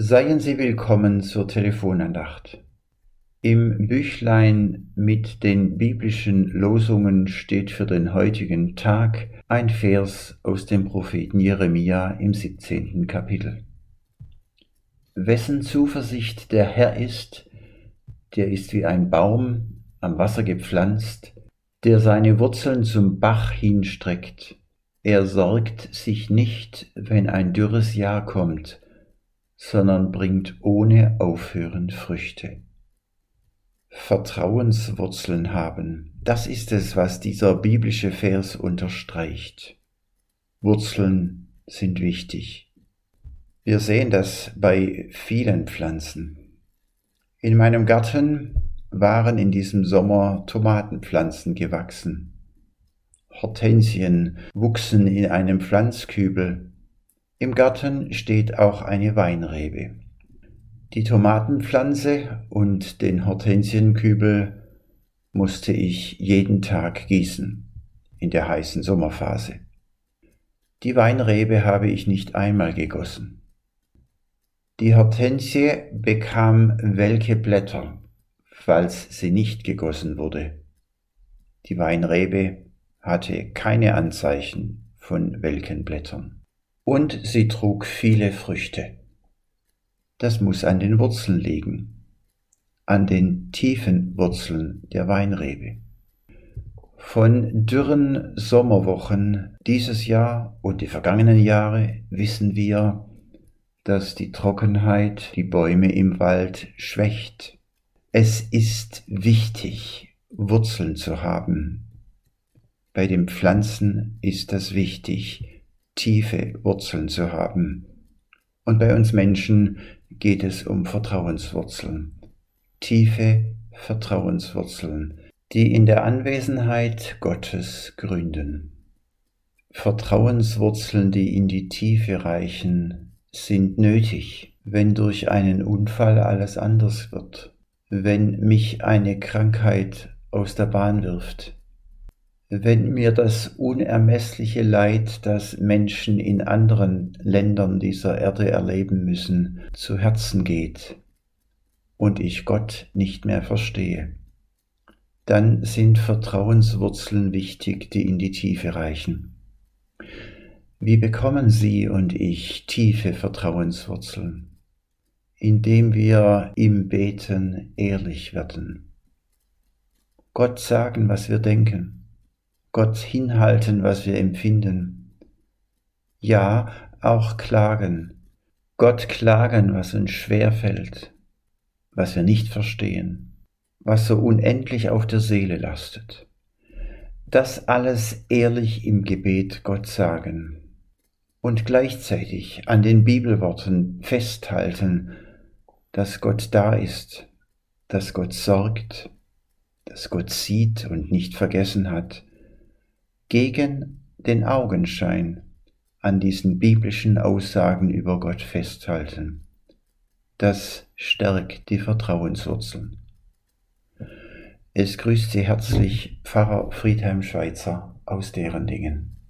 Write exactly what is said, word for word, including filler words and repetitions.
Seien Sie willkommen zur Telefonandacht. Im Büchlein mit den biblischen Losungen steht für den heutigen Tag ein Vers aus dem Propheten Jeremia im siebzehnten Kapitel. Wessen Zuversicht der Herr ist, der ist wie ein Baum am Wasser gepflanzt, der seine Wurzeln zum Bach hinstreckt. Er sorgt sich nicht, wenn ein dürres Jahr kommt, sondern bringt ohne Aufhören Früchte. Vertrauenswurzeln haben, das ist es, was dieser biblische Vers unterstreicht. Wurzeln sind wichtig. Wir sehen das bei vielen Pflanzen. In meinem Garten waren in diesem Sommer Tomatenpflanzen gewachsen. Hortensien wuchsen in einem Pflanzkübel. Im Garten steht auch eine Weinrebe. Die Tomatenpflanze und den Hortensienkübel musste ich jeden Tag gießen, in der heißen Sommerphase. Die Weinrebe habe ich nicht einmal gegossen. Die Hortensie bekam welke Blätter, falls sie nicht gegossen wurde. Die Weinrebe hatte keine Anzeichen von welken Blättern. Und sie trug viele Früchte. Das muss an den Wurzeln liegen, an den tiefen Wurzeln der Weinrebe. Von dürren Sommerwochen dieses Jahr und die vergangenen Jahre wissen wir, dass die Trockenheit die Bäume im Wald schwächt. Es ist wichtig, Wurzeln zu haben. Bei den Pflanzen ist das wichtig, tiefe Wurzeln zu haben. Und bei uns Menschen geht es um Vertrauenswurzeln. Tiefe Vertrauenswurzeln, die in der Anwesenheit Gottes gründen. Vertrauenswurzeln, die in die Tiefe reichen, sind nötig, wenn durch einen Unfall alles anders wird, wenn mich eine Krankheit aus der Bahn wirft, wenn mir das unermessliche Leid, das Menschen in anderen Ländern dieser Erde erleben müssen, zu Herzen geht und ich Gott nicht mehr verstehe, dann sind Vertrauenswurzeln wichtig, die in die Tiefe reichen. Wie bekommen Sie und ich tiefe Vertrauenswurzeln? Indem wir im Beten ehrlich werden. Gott sagen, was wir denken. Gott hinhalten, was wir empfinden. Ja, auch klagen. Gott klagen, was uns schwerfällt, was wir nicht verstehen, was so unendlich auf der Seele lastet. Das alles ehrlich im Gebet Gott sagen und gleichzeitig an den Bibelworten festhalten, dass Gott da ist, dass Gott sorgt, dass Gott sieht und nicht vergessen hat, gegen den Augenschein an diesen biblischen Aussagen über Gott festhalten. Das stärkt die Vertrauenswurzeln. Es grüßt Sie herzlich Pfarrer Friedhelm Schweitzer aus Derendingen.